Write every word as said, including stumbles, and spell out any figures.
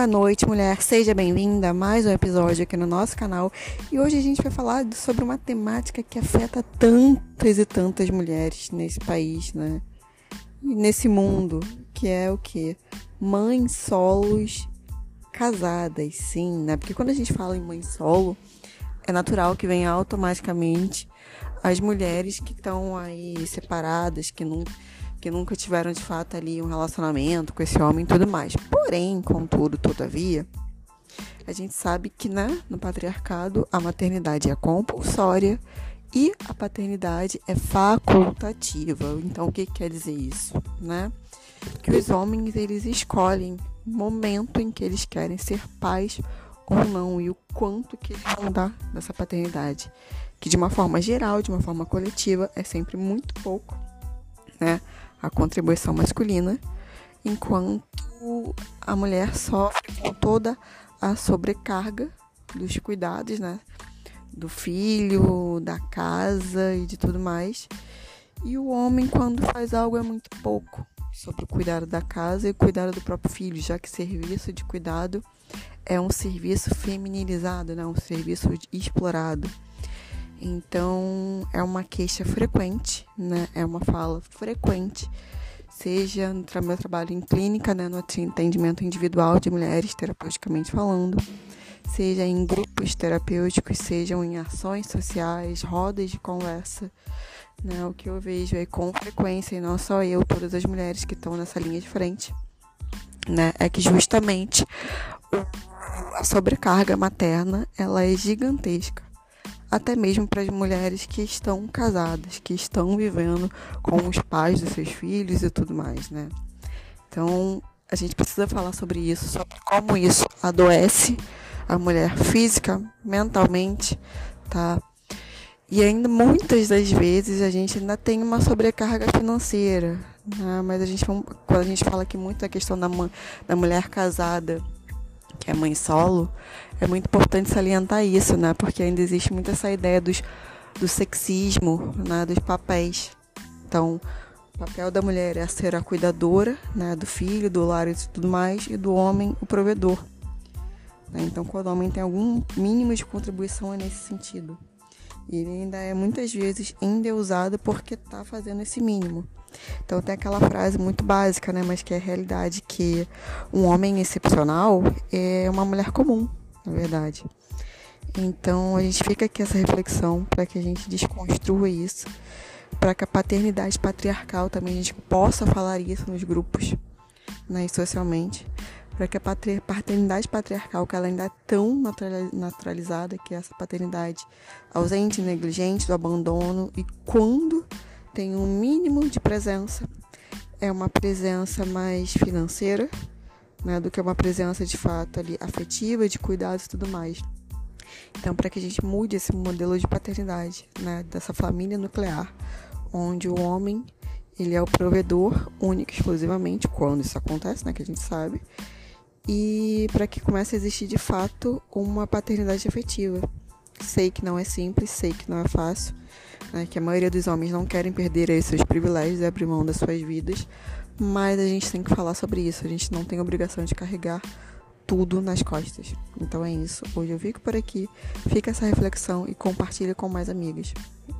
Boa noite, mulher. Seja bem-vinda a mais um episódio aqui no nosso canal. E hoje a gente vai falar sobre uma temática que afeta tantas e tantas mulheres nesse país, né? E nesse mundo, que é o quê? Mães solos casadas, sim, né? Porque quando a gente fala em mãe solo, é natural que venha automaticamente as mulheres que estão aí separadas, que não... que nunca tiveram de fato ali um relacionamento com esse homem e tudo mais. Porém, contudo, todavia, a gente sabe que né, no patriarcado a maternidade é compulsória e a paternidade é facultativa. Então, o que quer dizer isso? Né? Que os homens eles escolhem o momento em que eles querem ser pais ou não e o quanto que eles vão dar dessa paternidade. Que de uma forma geral, de uma forma coletiva, é sempre muito pouco, né? A contribuição masculina, enquanto a mulher sofre com toda a sobrecarga dos cuidados, né? Do filho, da casa e de tudo mais. E o homem, quando faz algo, é muito pouco sobre o cuidado da casa e o cuidado do próprio filho, já que serviço de cuidado é um serviço feminilizado, né? Um serviço explorado. Então, é uma queixa frequente, né? É uma fala frequente, seja no tra- meu trabalho em clínica, né? No atendimento individual de mulheres, terapeuticamente falando, seja em grupos terapêuticos, sejam em ações sociais, rodas de conversa, né? O que eu vejo aí com frequência, e não só eu, todas as mulheres que estão nessa linha de frente, né? É que justamente a sobrecarga materna, ela é gigantesca. Até mesmo para as mulheres que estão casadas, que estão vivendo com os pais dos seus filhos e tudo mais, né? Então, a gente precisa falar sobre isso, sobre como isso adoece a mulher física, mentalmente, tá? E ainda, muitas das vezes, a gente ainda tem uma sobrecarga financeira, né? Mas a gente, quando a gente fala aqui muito da questão da, da mulher casada, que é mãe solo, é muito importante salientar isso, né? Porque ainda existe muito essa ideia dos, do sexismo, né? Dos papéis. Então, o papel da mulher é ser a cuidadora, né? Do filho, do lar e tudo mais, e do homem, o provedor. Né? Então, quando o homem tem algum mínimo de contribuição, é nesse sentido. E ele ainda é muitas vezes endeusado porque está fazendo esse mínimo. Então tem aquela frase muito básica, né, mas que é a realidade, que um homem excepcional é uma mulher comum, na verdade. Então a gente fica aqui essa reflexão para que a gente desconstrua isso, para que a paternidade patriarcal também a gente possa falar isso nos grupos, né, e socialmente, para que a patri- paternidade patriarcal, que ela ainda é tão naturalizada, que é essa paternidade ausente, negligente, do abandono, e quando tem um mínimo de presença, é uma presença mais financeira, né, do que uma presença de fato ali afetiva, de cuidados e tudo mais. Então, para que a gente mude esse modelo de paternidade, né, dessa família nuclear, onde o homem ele é o provedor único, exclusivamente, quando isso acontece, né, que a gente sabe, e para que comece a existir de fato uma paternidade afetiva. Sei que não é simples, sei que não é fácil, né, que a maioria dos homens não querem perder aí seus privilégios e abrir mão das suas vidas, mas a gente tem que falar sobre isso, a gente não tem obrigação de carregar tudo nas costas. Então é isso, hoje eu fico por aqui, fica essa reflexão e compartilha com mais amigas.